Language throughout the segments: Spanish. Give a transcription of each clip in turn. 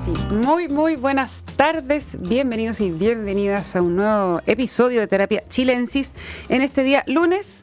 sí. Muy buenas tardes. Bienvenidos y bienvenidas a un nuevo episodio de Terapia Chilensis en este día, lunes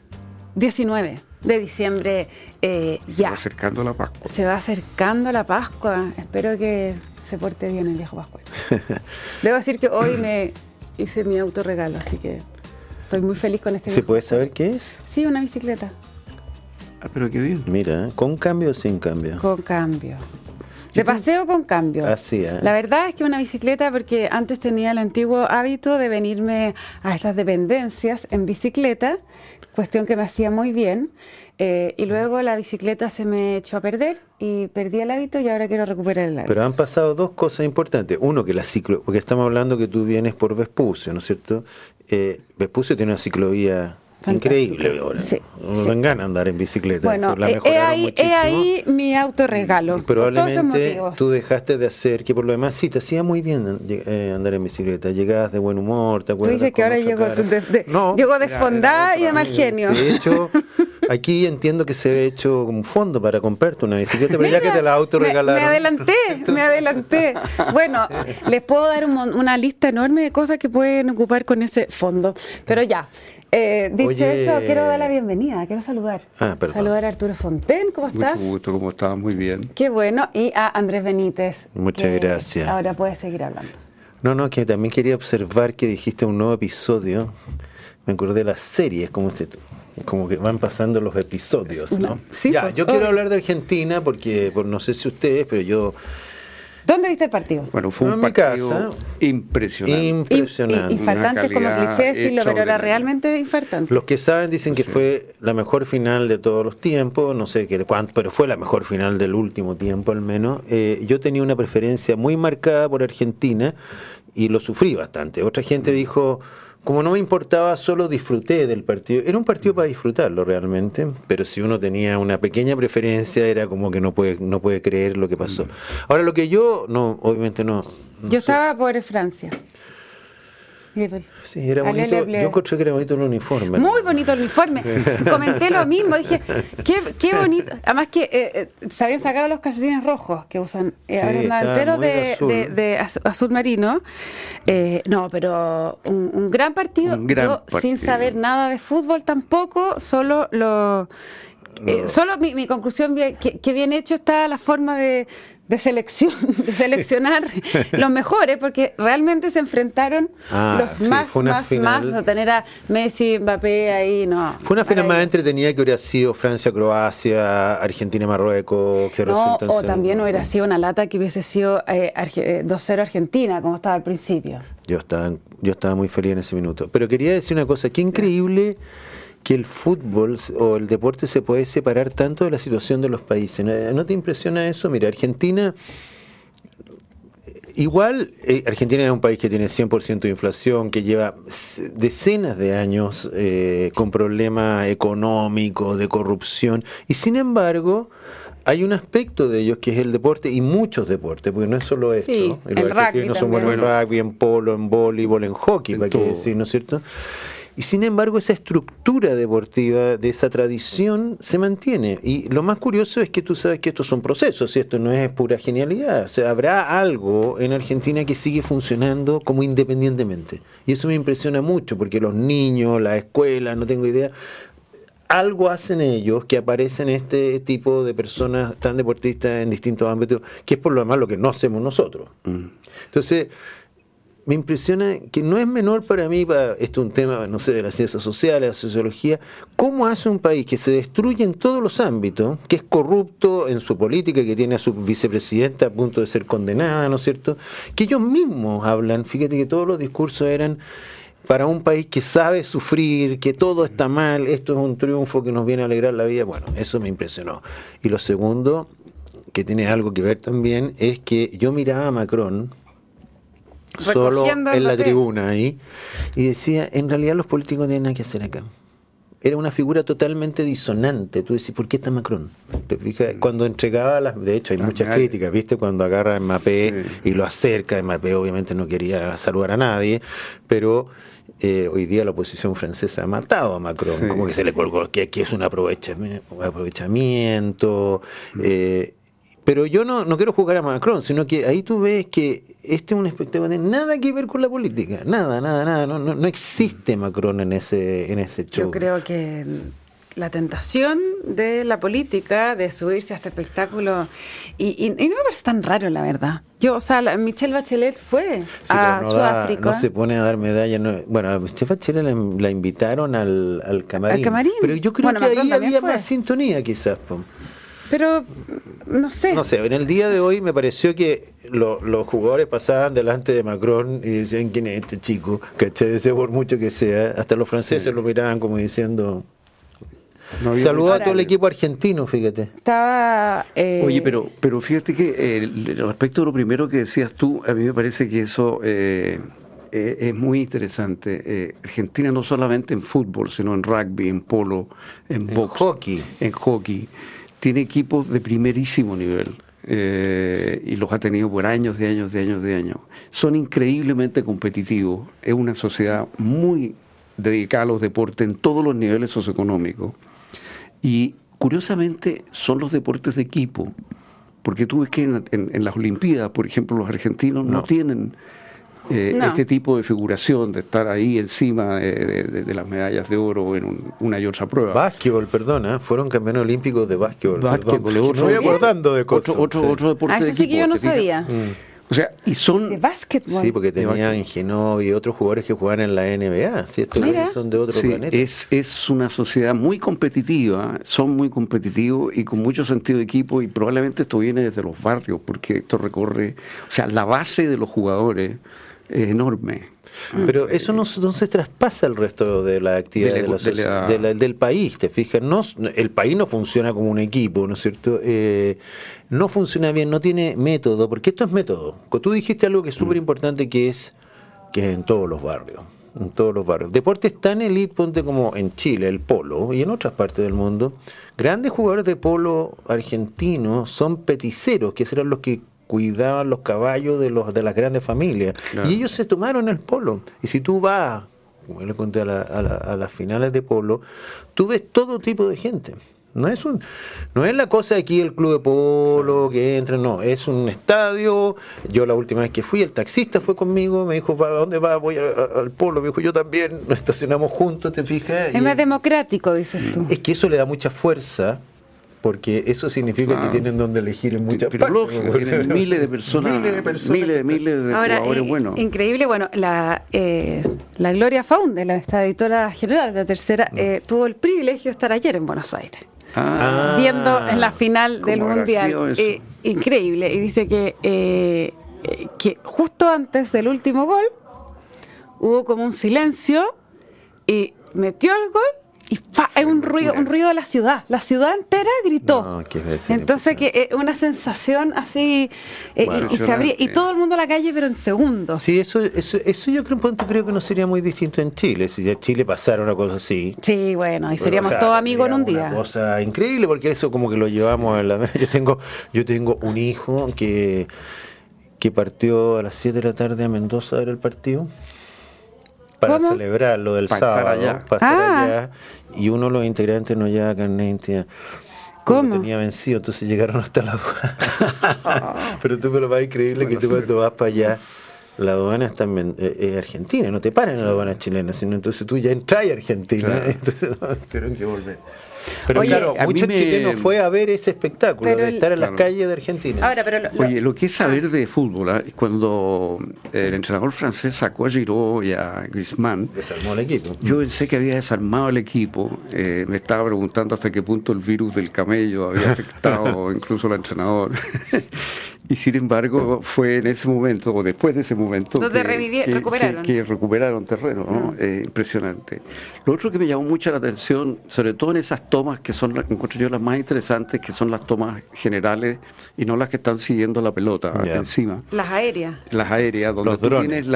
19 de diciembre. Se va acercando la Pascua. Se va acercando la Pascua. Espero que se porte bien el viejo Pascual. Debo decir que hoy me hice mi autorregalo, así que estoy muy feliz con este. ¿Se puede saber qué es? Sí, una bicicleta. Ah, pero qué bien. Mira, ¿con cambio o sin cambio? Con cambio. De paseo con cambio. Así, La verdad es que una bicicleta, porque antes tenía el antiguo hábito de venirme a estas dependencias en bicicleta, cuestión que me hacía muy bien, y luego la bicicleta se me echó a perder y perdí el hábito y ahora quiero recuperar el hábito. Pero han pasado dos cosas importantes. Uno, que la ciclo, porque estamos hablando que tú vienes por Vespucio, ¿no es cierto? Vespucio tiene una ciclovía increíble ahora. Sí, no dan ganas de andar en bicicleta. Bueno, la mejoraron muchísimo. ahí mi autorregalo. Probablemente tú dejaste de hacer, que por lo demás sí, te hacía muy bien andar en bicicleta. Llegabas de buen humor, ¿te acuerdas? Tú dices que ahora llego desfondada y de mal genio. De hecho, aquí entiendo que se ha hecho un fondo para comprarte una bicicleta, pero ya que te la autorregalaron. Me adelanté. Bueno, les puedo dar una lista enorme de cosas que pueden ocupar con ese fondo. Pero ya. Dicho eso, quiero dar la bienvenida, quiero saludar. Saludar a Arturo Fonten, ¿cómo estás? Mucho gusto, ¿cómo estás? Muy bien. Qué bueno, y a Andrés Benítez. Muchas gracias. Ahora puedes seguir hablando. No, que también quería observar que dijiste un nuevo episodio. Me acordé de las series, como que van pasando los episodios, ¿no? Sí, ya, yo quiero hablar de Argentina porque, no sé si ustedes, pero yo... ¿Dónde viste el partido? Bueno, fue un partido impresionante. Infartante como cliché decirlo, pero era realmente infartante. Los que saben dicen que fue la mejor final de todos los tiempos, no sé cuánto, pero fue la mejor final del último tiempo al menos. Yo tenía una preferencia muy marcada por Argentina y lo sufrí bastante. Otra gente dijo... Como no me importaba, solo disfruté del partido. Era un partido para disfrutarlo realmente, pero si uno tenía una pequeña preferencia, era como que no puede creer lo que pasó. Ahora, lo que obviamente no yo estaba por Francia. Sí, era bonito. Yo encontré que era bonito el uniforme. Muy bonito el uniforme. Comenté lo mismo, dije, qué bonito. Además que se habían sacado los calcetines rojos que usan ahora un delantero de azul marino. No, pero un gran partido. Sin saber nada de fútbol tampoco, solo solo mi conclusión, que bien hecho está la forma de seleccionar los mejores, porque realmente se enfrentaron más a tener a Messi, Mbappé ahí, no. Fue una final más entretenida que hubiera sido Francia-Croacia, Argentina-Marruecos. O también hubiera sido una lata que hubiese sido 2-0 Argentina, como estaba al principio. Yo estaba muy feliz en ese minuto. Pero quería decir una cosa, qué increíble que el fútbol o el deporte se puede separar tanto de la situación de los países. ¿No te impresiona eso? Mira, Argentina es un país que tiene 100% de inflación, que lleva decenas de años con problemas económicos, de corrupción, y sin embargo hay un aspecto de ellos que es el deporte, y muchos deportes, porque no es solo esto. Sí, los argentinos son buenos en rugby, en polo, en voleibol, en hockey, para qué decir, ¿no es cierto? Y sin embargo esa estructura deportiva de esa tradición se mantiene. Y lo más curioso es que tú sabes que estos son procesos, y esto no es pura genialidad. O sea, habrá algo en Argentina que sigue funcionando como independientemente. Y eso me impresiona mucho, porque los niños, la escuela, no tengo idea, algo hacen ellos que aparecen este tipo de personas tan deportistas en distintos ámbitos, que es por lo demás lo que no hacemos nosotros. Entonces... me impresiona que no es menor para mí, esto es un tema, no sé, de las ciencias sociales, la sociología, cómo hace un país que se destruye en todos los ámbitos, que es corrupto en su política, que tiene a su vicepresidenta a punto de ser condenada, ¿no es cierto?, que ellos mismos hablan, fíjate que todos los discursos eran para un país que sabe sufrir, que todo está mal, esto es un triunfo que nos viene a alegrar la vida. Bueno, eso me impresionó. Y lo segundo, que tiene algo que ver también, es que yo miraba a Macron solo en la tribuna ahí y decía, en realidad los políticos no tienen nada que hacer acá. Era una figura totalmente disonante. Tú decís, ¿por qué está Macron? ¿Te fijas? Cuando entregaba de hecho hay muchas críticas, ¿viste? Cuando agarra a Mbappé y lo acerca, Mbappé obviamente no quería saludar a nadie, pero hoy día la oposición francesa ha matado a Macron, como que se le colgó que aquí es un aprovechamiento. Pero yo no quiero jugar a Macron, sino que ahí tú ves que este es un espectáculo, no tiene nada que ver con la política, nada, no existe Macron en ese show. Yo creo que la tentación de la política de subirse a este espectáculo y no me parece tan raro, la verdad. Michelle Bachelet fue a Sudáfrica. No se pone a dar medallas. Bueno, a Michelle Bachelet la invitaron al camarín. ¿Al camarín? Pero yo creo que ahí había más sintonía, quizás. Pero no sé. No sé, en el día de hoy me pareció que los jugadores pasaban delante de Macron y decían: ¿quién es este chico? Que desea por mucho que sea. Hasta los franceses lo miraban como diciendo... Saludó a todo el equipo argentino, fíjate. Estaba... Oye, pero fíjate que respecto a lo primero que decías tú, a mí me parece que eso es muy interesante. Argentina no solamente en fútbol, sino en rugby, en polo, en box, en hockey, tiene equipos de primerísimo nivel. Y los ha tenido por años de años. Son increíblemente competitivos. Es una sociedad muy dedicada a los deportes en todos los niveles socioeconómicos. Y curiosamente son los deportes de equipo, porque tú ves que en las Olimpiadas, por ejemplo, los argentinos no tienen este tipo de figuración, de estar ahí encima de las medallas de oro en una y otra prueba. Básquetbol, perdona, fueron campeones olímpicos de básquetbol. No voy acordando de cosas. Otro deporte de eso sí equipo, que yo no sabía. O sea, y son... De básquetbol. Sí, porque tenían Ginóbili y otros jugadores que jugaban en la NBA, ¿sí? Estos son de otro planeta. Es una sociedad muy competitiva, son muy competitivos y con mucho sentido de equipo, y probablemente esto viene desde los barrios, porque esto recorre... O sea, la base de los jugadores es enorme. Pero eso no se traspasa al resto de la actividad del país, ¿te fijas? El país no funciona como un equipo, ¿no es cierto? No funciona bien, no tiene método, porque esto es método. Tú dijiste algo que es súper importante, que es en todos los barrios. En todos los barrios. Deportes tan elite, ponte como en Chile, el polo, y en otras partes del mundo. Grandes jugadores de polo argentinos son peticeros, que eran los que cuidaban los caballos de las grandes familias. Claro. Y ellos se tomaron el polo. Y si tú vas, como yo le conté a las finales de polo, tú ves todo tipo de gente. No es la cosa aquí el club de polo que entra, no, es un estadio. Yo la última vez que fui, el taxista fue conmigo, me dijo: ¿a dónde vas? Voy al polo. Me dijo: yo también. Nos estacionamos juntos, ¿te fijas? Es más democrático, dices tú. Es que eso le da mucha fuerza, porque eso significa que tienen donde elegir en muchas partes. Lógico, tienen miles de personas, miles de ahora, jugadores buenos. Increíble, bueno, la Gloria Faunde, esta editora general de La Tercera, tuvo el privilegio de estar ayer en Buenos Aires, viendo en la final del Mundial. Increíble, y dice que justo antes del último gol hubo como un silencio y metió el gol. Y hay un ruido de la ciudad entera gritó. Entonces que una sensación así y se abría, y todo el mundo a la calle, pero en segundos. Sí, eso yo creo que no sería muy distinto en Chile. Si en Chile pasara una cosa así. Sí, bueno, y seríamos todos amigos en un día. Una cosa increíble, porque eso como que lo llevamos en la... Yo tengo un hijo que partió a las 7 de la tarde a Mendoza a ver el partido. Para celebrar lo del sábado, para estar allá, y uno de los integrantes no lleva carnet de identidad. ¿Cómo? Tenía vencido, entonces llegaron hasta la aduana. Pero tú me lo más increíble que tú cuando vas para allá, la aduana está en Argentina, no te paran en la aduana chilena, sino entonces tú ya entras a Argentina, entonces tuvieron que volver. Pero oye, claro, muchos chilenos fue a ver ese espectáculo de estar en las calles de Argentina. Ahora, oye, lo que es saber de fútbol, cuando el entrenador francés sacó a Giroud y a Griezmann, desarmó el equipo. Yo pensé que había desarmado el equipo. Me estaba preguntando hasta qué punto el virus del camello había afectado incluso al entrenador. Y sin embargo fue en ese momento, o después de ese momento, que recuperaron terreno, ¿no? Impresionante. Lo otro que me llamó mucho la atención, sobre todo en esas tomas que son, encuentro yo, las más interesantes, que son las tomas generales y no las que están siguiendo la pelota encima. Las aéreas. Las aéreas, donde tú tienes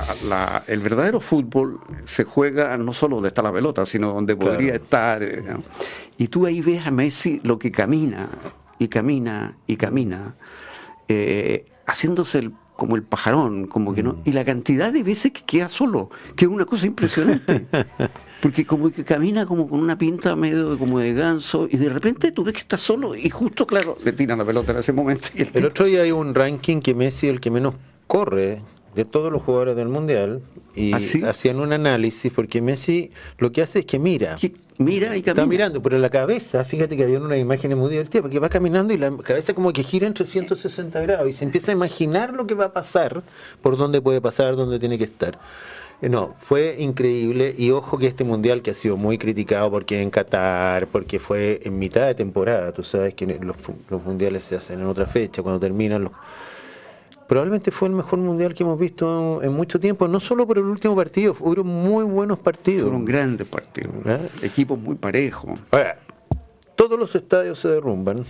el verdadero fútbol se juega no solo donde está la pelota, sino donde podría estar. ¿No? Y tú ahí ves a Messi lo que camina, y camina, y camina. haciéndose como el pajarón, como que no, y la cantidad de veces que queda solo, que es una cosa impresionante. Porque como que camina como con una pinta medio como de ganso, y de repente tú ves que está solo, y justo, claro, le tiran la pelota en ese momento. Y el otro día hay un ranking que Messi es el que menos corre de todos los jugadores del Mundial, y hacían un análisis, porque Messi lo que hace es que mira y camina. Está mirando, pero la cabeza, fíjate que había unas imágenes muy divertidas, porque va caminando y la cabeza como que gira en 360 grados, y se empieza a imaginar lo que va a pasar, por dónde puede pasar, dónde tiene que estar. No, fue increíble, y ojo que este mundial, que ha sido muy criticado porque en Qatar, porque fue en mitad de temporada, tú sabes que los mundiales se hacen en otra fecha, cuando terminan probablemente fue el mejor mundial que hemos visto en mucho tiempo, no solo por el último partido, fueron muy buenos partidos. Fueron grandes partidos, equipos muy parejos. Ahora, todos los estadios se derrumban,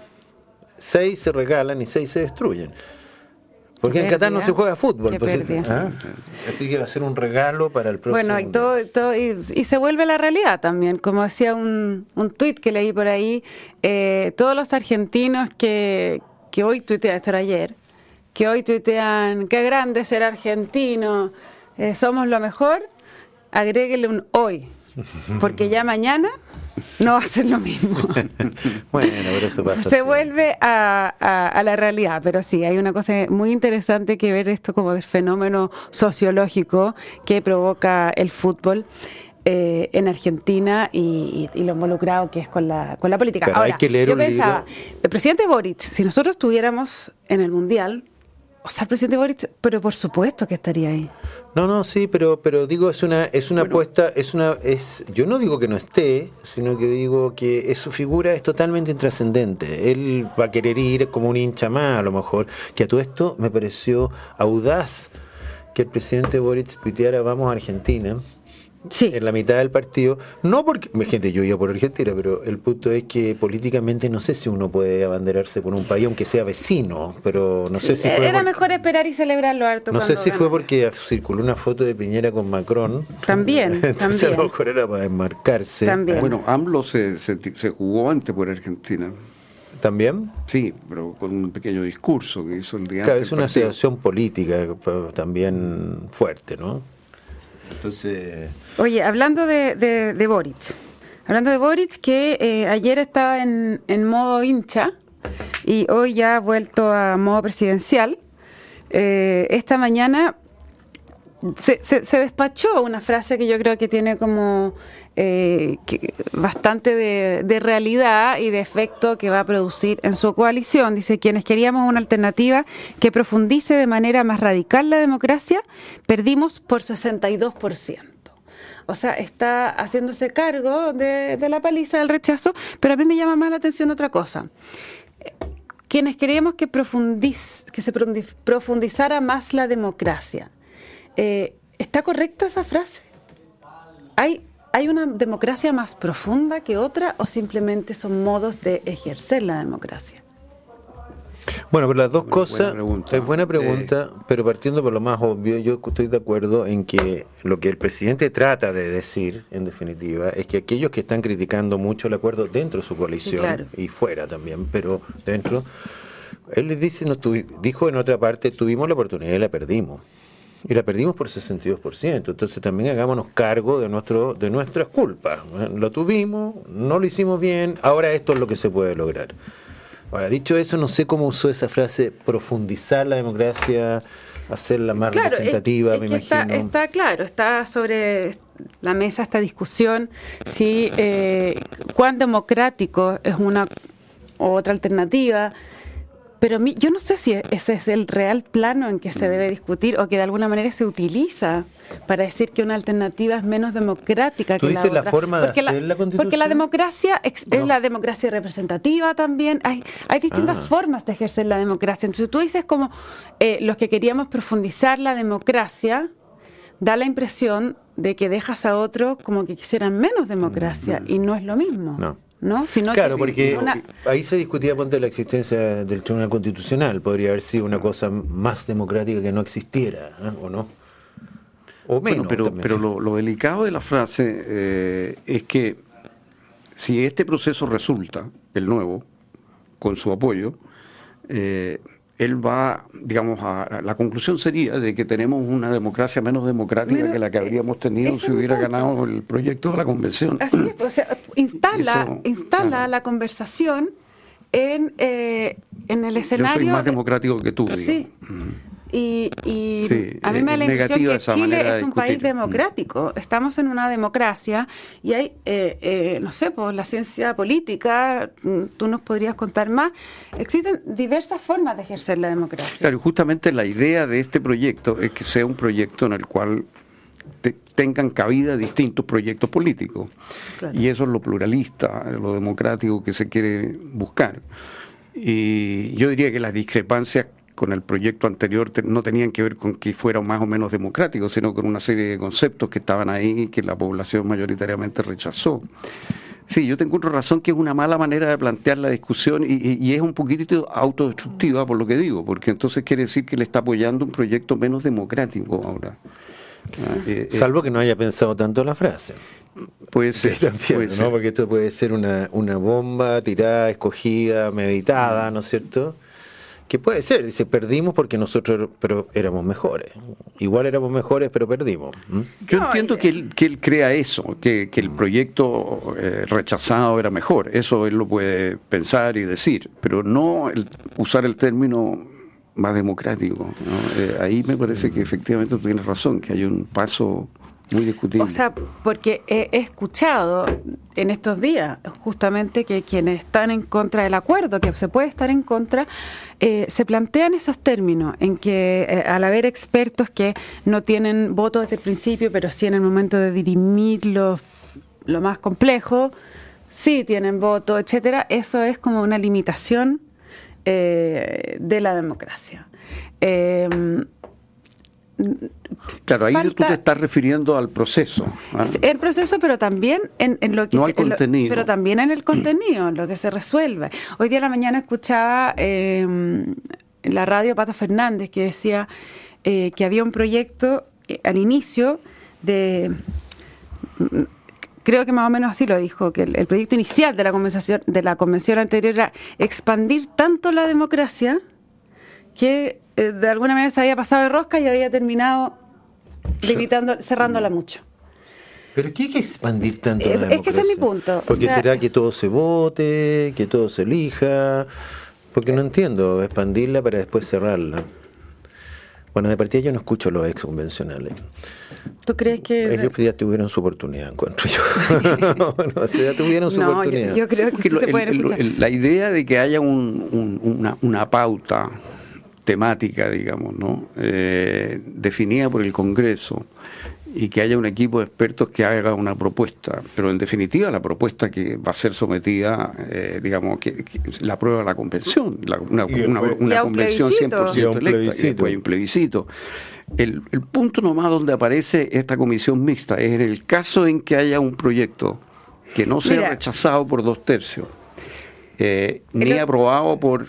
6 se regalan y 6 se destruyen. Porque en Qatar no se juega fútbol. Pues, así que va a ser un regalo para el próximo. Bueno, y se vuelve la realidad también. Como decía un tuit que leí por ahí, todos los argentinos que hoy tuitean, esto era ayer, que hoy tuitean, qué grande ser argentino, somos lo mejor, agréguele un hoy, porque ya mañana no va a ser lo mismo. Bueno, pero eso pasa. Se vuelve a la realidad, pero sí, hay una cosa muy interesante que ver esto como del fenómeno sociológico que provoca el fútbol en Argentina y lo involucrado que es con la política. Pero ahora, hay que leer yo pensaba, el presidente Boric, si nosotros estuviéramos en el Mundial, o sea, el presidente Boric, pero por supuesto que estaría ahí. No, sí, pero digo, es una apuesta, yo no digo que no esté, sino que digo que su figura es totalmente intrascendente. Él va a querer ir como un hincha más, a lo mejor, que a todo esto me pareció audaz que el presidente Boric tuiteara vamos a Argentina. Sí. En la mitad del partido, no porque, gente, yo iba por Argentina, pero el punto es que políticamente no sé si uno puede abanderarse por un país, aunque sea vecino, pero no sé si fue era mejor esperar y celebrarlo harto. No sé si fue porque circuló una foto de Piñera con Macron. También, entonces también. A lo mejor era para desmarcarse. También. Bueno, AMLO se jugó antes por Argentina. ¿También? Sí, pero con un pequeño discurso que hizo el día antes. Es una situación política también fuerte, ¿no? Entonces... Oye, hablando de Boric, que ayer estaba en modo hincha y hoy ya ha vuelto a modo presidencial, esta mañana se despachó una frase que yo creo que tiene como bastante de realidad y de efecto que va a producir en su coalición. Dice, quienes queríamos una alternativa que profundice de manera más radical la democracia, perdimos por 62%. O sea, está haciéndose cargo de la paliza del rechazo, pero a mí me llama más la atención otra cosa. Quienes queríamos que se profundizara más la democracia. ¿Está correcta esa frase? ¿Hay una democracia más profunda que otra o simplemente son modos de ejercer la democracia? Bueno, pero las dos cosas, es buena pregunta, pero partiendo por lo más obvio, yo estoy de acuerdo en que lo que el presidente trata de decir, en definitiva, es que aquellos que están criticando mucho el acuerdo dentro de su coalición, sí, claro, y fuera también, pero dentro, él les dice, dijo en otra parte, tuvimos la oportunidad y la perdimos. Y la perdimos por 62%, entonces también hagámonos cargo de nuestras culpas. Lo tuvimos, no lo hicimos bien, ahora esto es lo que se puede lograr. Ahora, dicho eso, no sé cómo usó esa frase, profundizar la democracia, hacerla más representativa, me imagino. Está claro, está sobre la mesa esta discusión, si cuán democrático es una u otra alternativa. Pero yo no sé si ese es el real plano en que se debe discutir o que de alguna manera se utiliza para decir que una alternativa es menos democrática que la otra. ¿Tú dices la forma de hacer la Constitución? Porque la democracia es la democracia representativa también. Hay distintas formas de ejercer la democracia. Entonces tú dices como los que queríamos profundizar la democracia, da la impresión de que dejas a otros como que quisieran menos democracia y no es lo mismo. ¿No? Sino claro, porque ahí se discutía ponte la existencia del Tribunal Constitucional, podría haber sido una cosa más democrática que no existiera, ¿o no? O menos. Bueno, pero lo delicado de la frase es que si este proceso resulta, el nuevo, con su apoyo, él va, digamos, la conclusión sería de que tenemos una democracia menos democrática que la que habríamos tenido si hubiera ganado el proyecto de la convención. Así es, o sea, instala la conversación en el escenario. Yo soy más democrático que tú, digo. Sí. Y a mí me da la impresión que Chile es un país democrático. Estamos en una democracia y hay, no sé, por la ciencia política, tú nos podrías contar más, existen diversas formas de ejercer la democracia. Claro, justamente la idea de este proyecto es que sea un proyecto en el cual tengan cabida distintos proyectos políticos. Claro. Y eso es lo pluralista, lo democrático que se quiere buscar. Y yo diría que las discrepancias con el proyecto anterior no tenían que ver con que fuera más o menos democrático, sino con una serie de conceptos que estaban ahí y que la población mayoritariamente rechazó. Sí, yo te encuentro razón que es una mala manera de plantear la discusión y es un poquitito autodestructiva por lo que digo, porque entonces quiere decir que le está apoyando un proyecto menos democrático ahora. Salvo que no haya pensado tanto la frase. Puede ser, ¿no? Porque esto puede ser una bomba tirada, escogida, meditada, ¿no es cierto? Que puede ser, dice, perdimos porque nosotros pero éramos mejores. Igual éramos mejores, pero perdimos. Yo entiendo que él crea eso, que el proyecto rechazado era mejor. Eso él lo puede pensar y decir, pero no usar el término más democrático, ¿no? Ahí me parece que efectivamente tú tienes razón, que hay un paso muy discutible. O sea, porque he escuchado en estos días justamente que quienes están en contra del acuerdo, que se puede estar en contra, se plantean esos términos en que al haber expertos que no tienen voto desde el principio, pero sí en el momento de dirimir lo más complejo, sí tienen voto, etcétera, eso es como una limitación de la democracia. Claro, ahí tú te estás refiriendo al proceso. El proceso, pero también en lo que no al contenido. Pero también en el contenido, en lo que se resuelve. Hoy día a la mañana escuchaba en la radio Pato Fernández que decía que había un proyecto al inicio de, creo que más o menos así lo dijo, que el proyecto inicial de la convención anterior era expandir tanto la democracia que de alguna manera se había pasado de rosca y había terminado cerrándola mucho. ¿Pero qué hay que expandir tanto la democracia? Es que ese es mi punto. Porque será que todo se vote, que todo se elija, porque no entiendo, expandirla para después cerrarla. Bueno, de partida yo no escucho los ex convencionales. ¿Tú crees que...? Ellos ya tuvieron su oportunidad, encuentro yo. Bueno, o sea, ya tuvieron su oportunidad. Yo creo que sí se pueden escuchar. La idea de que haya una pauta temática, digamos, ¿no? Definida por el Congreso y que haya un equipo de expertos que haga una propuesta, pero en definitiva la propuesta que va a ser sometida, digamos, que la aprueba la convención, una convención 100% electa, y después hay un plebiscito. El punto nomás donde aparece esta comisión mixta es en el caso en que haya un proyecto que no sea rechazado por 2/3, ni aprobado por...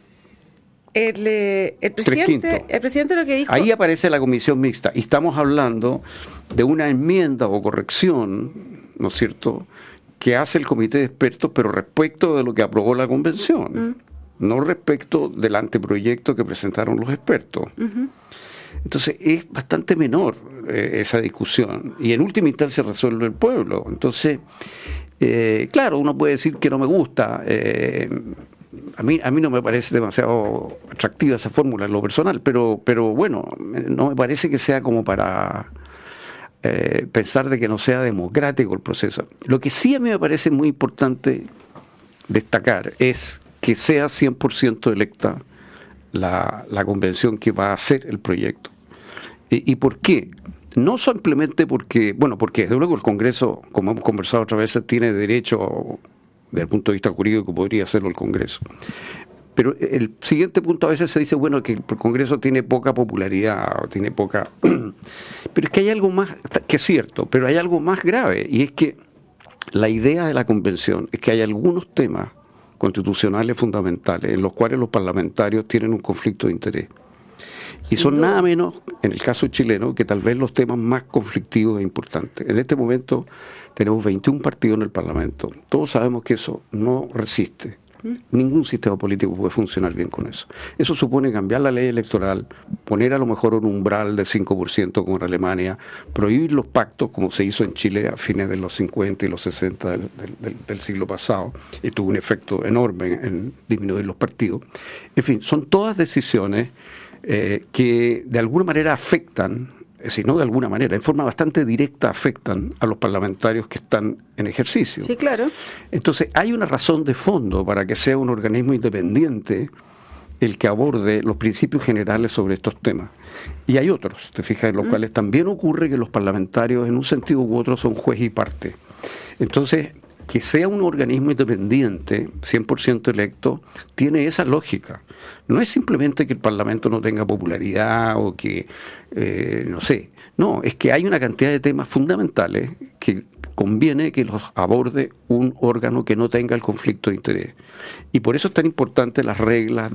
El presidente lo que dijo... Ahí aparece la comisión mixta y estamos hablando de una enmienda o corrección, ¿no es cierto?, que hace el comité de expertos, pero respecto de lo que aprobó la convención, no respecto del anteproyecto que presentaron los expertos. Entonces es bastante menor esa discusión y en última instancia resuelve el pueblo. Entonces, claro, uno puede decir que no me gusta. A mí no me parece demasiado atractiva esa fórmula en lo personal, pero bueno, no me parece que sea como para pensar de que no sea democrático el proceso. Lo que sí a mí me parece muy importante destacar es que sea 100% electa la convención que va a hacer el proyecto. ¿Y por qué? No simplemente porque desde luego el Congreso, como hemos conversado otras veces, tiene derecho... desde el punto de vista jurídico podría hacerlo el Congreso. Pero el siguiente punto a veces se dice, bueno, que el Congreso tiene poca popularidad, o tiene poca... Pero es que hay algo más, que es cierto, pero hay algo más grave, y es que la idea de la Convención es que hay algunos temas constitucionales fundamentales en los cuales los parlamentarios tienen un conflicto de interés. Y son nada menos, en el caso chileno, que tal vez los temas más conflictivos e importantes. En este momento tenemos 21 partidos en el Parlamento. Todos sabemos que eso no resiste. Ningún sistema político puede funcionar bien con eso. Eso supone cambiar la ley electoral, poner a lo mejor un umbral de 5% como en Alemania, prohibir los pactos como se hizo en Chile a fines de los 50 y los 60 del siglo pasado, y tuvo un efecto enorme en disminuir los partidos. En fin, son todas decisiones que de alguna manera afectan, si no de alguna manera, en forma bastante directa afectan a los parlamentarios que están en ejercicio. Sí, claro. Entonces, hay una razón de fondo para que sea un organismo independiente el que aborde los principios generales sobre estos temas. Y hay otros, te fijas, en los cuales también ocurre que los parlamentarios, en un sentido u otro, son juez y parte. Entonces, que sea un organismo independiente, 100% electo, tiene esa lógica. No es simplemente que el Parlamento no tenga popularidad o que, no sé, no, es que hay una cantidad de temas fundamentales que conviene que los aborde un órgano que no tenga el conflicto de interés. Y por eso es tan importante las reglas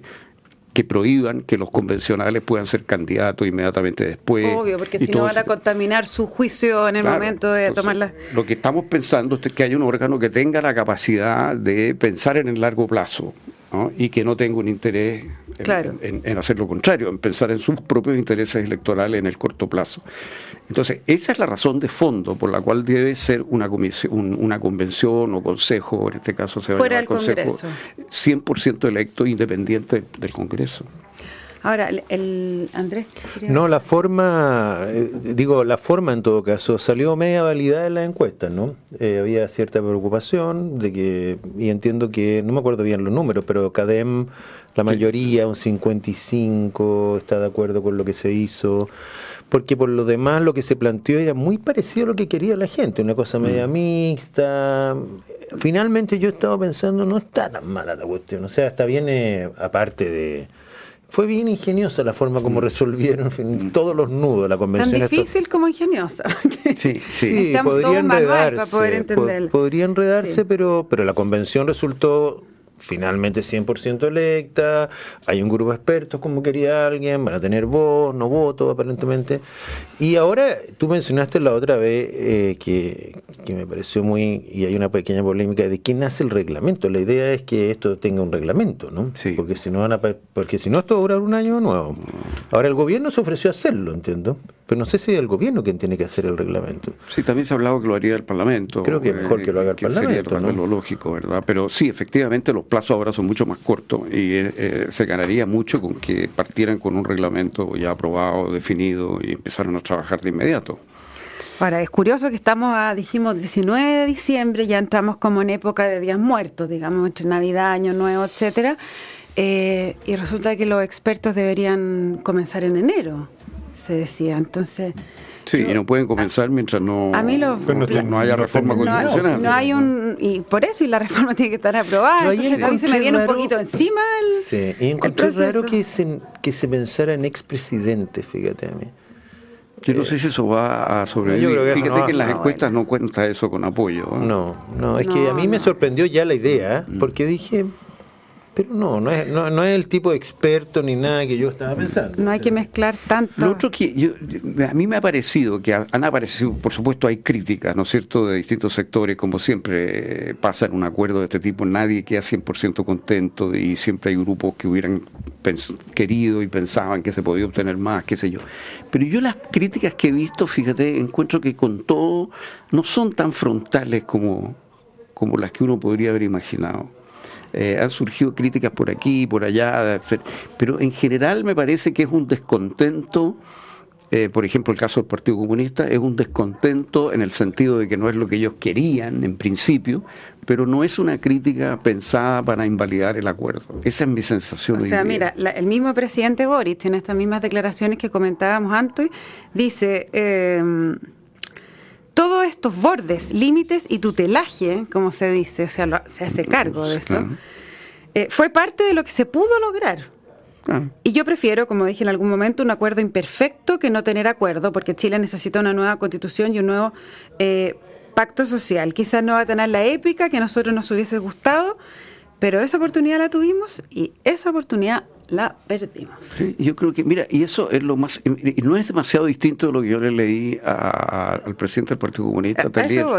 que prohíban que los convencionales puedan ser candidatos inmediatamente después. Obvio, porque si no van a contaminar su juicio en el momento de tomar las... Lo que estamos pensando es que haya un órgano que tenga la capacidad de pensar en el largo plazo, ¿no? Y que no tenga un interés en hacer lo contrario, en pensar en sus propios intereses electorales en el corto plazo. Entonces, esa es la razón de fondo por la cual debe ser una convención o consejo, en este caso se va a llamar consejo, 100% electo, independiente del Congreso. Ahora, Andrés. No, la forma en todo caso, salió media validada en las encuestas, ¿no? Había cierta preocupación de que, y entiendo que, no me acuerdo bien los números, pero CADEM, la mayoría, un 55, está de acuerdo con lo que se hizo, porque por lo demás lo que se planteó era muy parecido a lo que quería la gente, una cosa media mixta. Finalmente yo estaba pensando, no está tan mala la cuestión, o sea, está bien, aparte de... Fue bien ingeniosa la forma como resolvieron todos los nudos la convención. Tan difícil como ingeniosa. Sí, podría enredarse, para poder entenderlo. Podría enredarse, sí. pero la convención resultó finalmente 100% electa, hay un grupo de expertos como quería alguien, van a tener voz, no voto aparentemente. Y ahora, tú mencionaste la otra vez que me pareció muy, y hay una pequeña polémica de quién hace el reglamento. La idea es que esto tenga un reglamento, ¿no? Sí. Porque si no esto va a durar un año nuevo. Ahora el gobierno se ofreció a hacerlo, entiendo, pero no sé si es el gobierno quien tiene que hacer el reglamento. Sí, también se ha hablado que lo haría el Parlamento. Creo que es mejor que lo haga el Parlamento, sería lo lógico, ¿verdad? Pero sí, efectivamente los plazos ahora son mucho más cortos y se ganaría mucho con que partieran con un reglamento ya aprobado, definido y empezaran a trabajar de inmediato. Ahora, es curioso que estamos dijimos 19 de diciembre, ya entramos como en época de días muertos, digamos, entre Navidad, Año Nuevo, etcétera, y resulta que los expertos deberían comenzar en enero, se decía. Entonces... Sí, y no pueden comenzar mientras no haya reforma constitucional. No hay y por eso, y la reforma tiene que estar aprobada. Entonces a mí se me viene un poquito encima sí, y encontré raro que se pensara en expresidente, fíjate a mí. Yo no sé si eso va a sobrevivir. Fíjate que en las encuestas no cuenta eso con apoyo. No, es que a mí me sorprendió ya la idea, porque dije... Pero no es el tipo de experto ni nada que yo estaba pensando. No hay que mezclar tanto. Lo otro que a mí me ha parecido que han aparecido, por supuesto hay críticas, ¿no es cierto?, de distintos sectores, como siempre pasa en un acuerdo de este tipo, nadie queda 100% contento y siempre hay grupos que hubieran querido y pensaban que se podía obtener más, qué sé yo. Pero yo las críticas que he visto, fíjate, encuentro que con todo no son tan frontales como las que uno podría haber imaginado. Han surgido críticas por aquí y por allá, pero en general me parece que es un descontento, por ejemplo el caso del Partido Comunista, es un descontento en el sentido de que no es lo que ellos querían en principio, pero no es una crítica pensada para invalidar el acuerdo. Esa es mi sensación. O sea, mira, el mismo presidente Boric, en estas mismas declaraciones que comentábamos antes, dice... todos estos bordes, límites y tutelaje, como se dice, o sea, se hace cargo de eso, fue parte de lo que se pudo lograr. Y yo prefiero, como dije en algún momento, un acuerdo imperfecto que no tener acuerdo, porque Chile necesita una nueva constitución y un nuevo pacto social. Quizás no va a tener la épica que a nosotros nos hubiese gustado, pero esa oportunidad la tuvimos y esa oportunidad la perdimos. Sí, yo creo que, mira, y eso es lo más, y no es demasiado distinto de lo que yo le leí al presidente del Partido Comunista, a eso voy.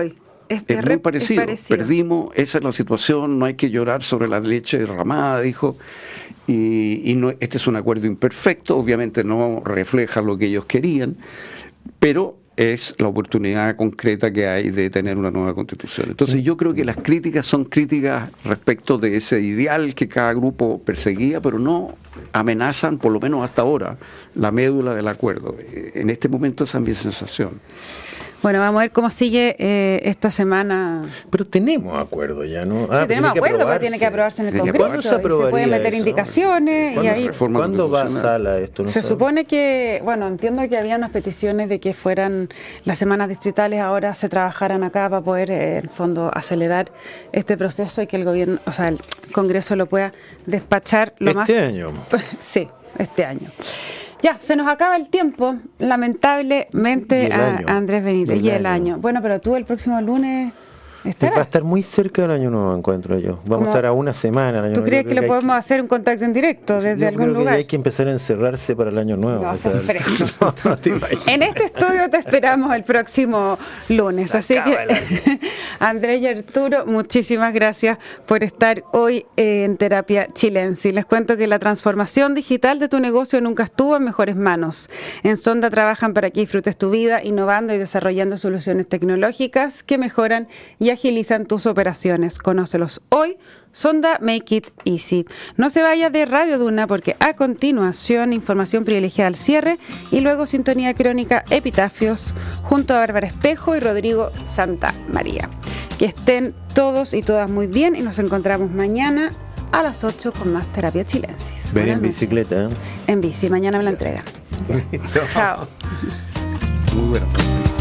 Es muy parecido. Perdimos, esa es la situación, no hay que llorar sobre la leche derramada, dijo. Y no, este es un acuerdo imperfecto, obviamente no refleja lo que ellos querían, pero es la oportunidad concreta que hay de tener una nueva constitución. Entonces yo creo que las críticas son críticas respecto de ese ideal que cada grupo perseguía, pero no amenazan, por lo menos hasta ahora, la médula del acuerdo. En este momento esa es mi sensación. Bueno, vamos a ver cómo sigue esta semana. Pero tenemos acuerdo ya, ¿no? Sí, tenemos acuerdo, pero tiene que aprobarse en el Congreso. Se pueden meter indicaciones. Y ahí, ¿cuándo va a sala esto? Se supone que, bueno, entiendo que había unas peticiones de que fueran las semanas distritales, ahora se trabajaran acá para poder, en el fondo, acelerar este proceso y que el gobierno, o sea, el Congreso lo pueda despachar lo más. ¿Este año? Sí, este año. Ya, se nos acaba el tiempo, lamentablemente, a Andrés Benítez. Y el año. Bueno, pero tú el próximo lunes estarás. Va a estar muy cerca del año nuevo, encuentro yo. Vamos a estar a una semana. ¿Tú crees que lo podemos hacer un contacto en directo desde algún lugar? Que hay que empezar a encerrarse para el año nuevo. No, en este estudio te esperamos el próximo lunes. Así que, Andrés y Arturo, muchísimas gracias por estar hoy en Terapia Chilensis. Les cuento que la transformación digital de tu negocio nunca estuvo en mejores manos. En Sonda trabajan para que disfrutes tu vida, innovando y desarrollando soluciones tecnológicas que mejoran y agilizan tus operaciones. Conócelos hoy. Sonda Make It Easy. No se vaya de Radio Duna porque a continuación información privilegiada al cierre y luego sintonía crónica Epitafios junto a Bárbara Espejo y Rodrigo Santa María. Que estén todos y todas muy bien y nos encontramos mañana a las 8 con más Terapia Chilensis. Ven en bicicleta. En bici, mañana me la entregan. Chao. Muy bueno.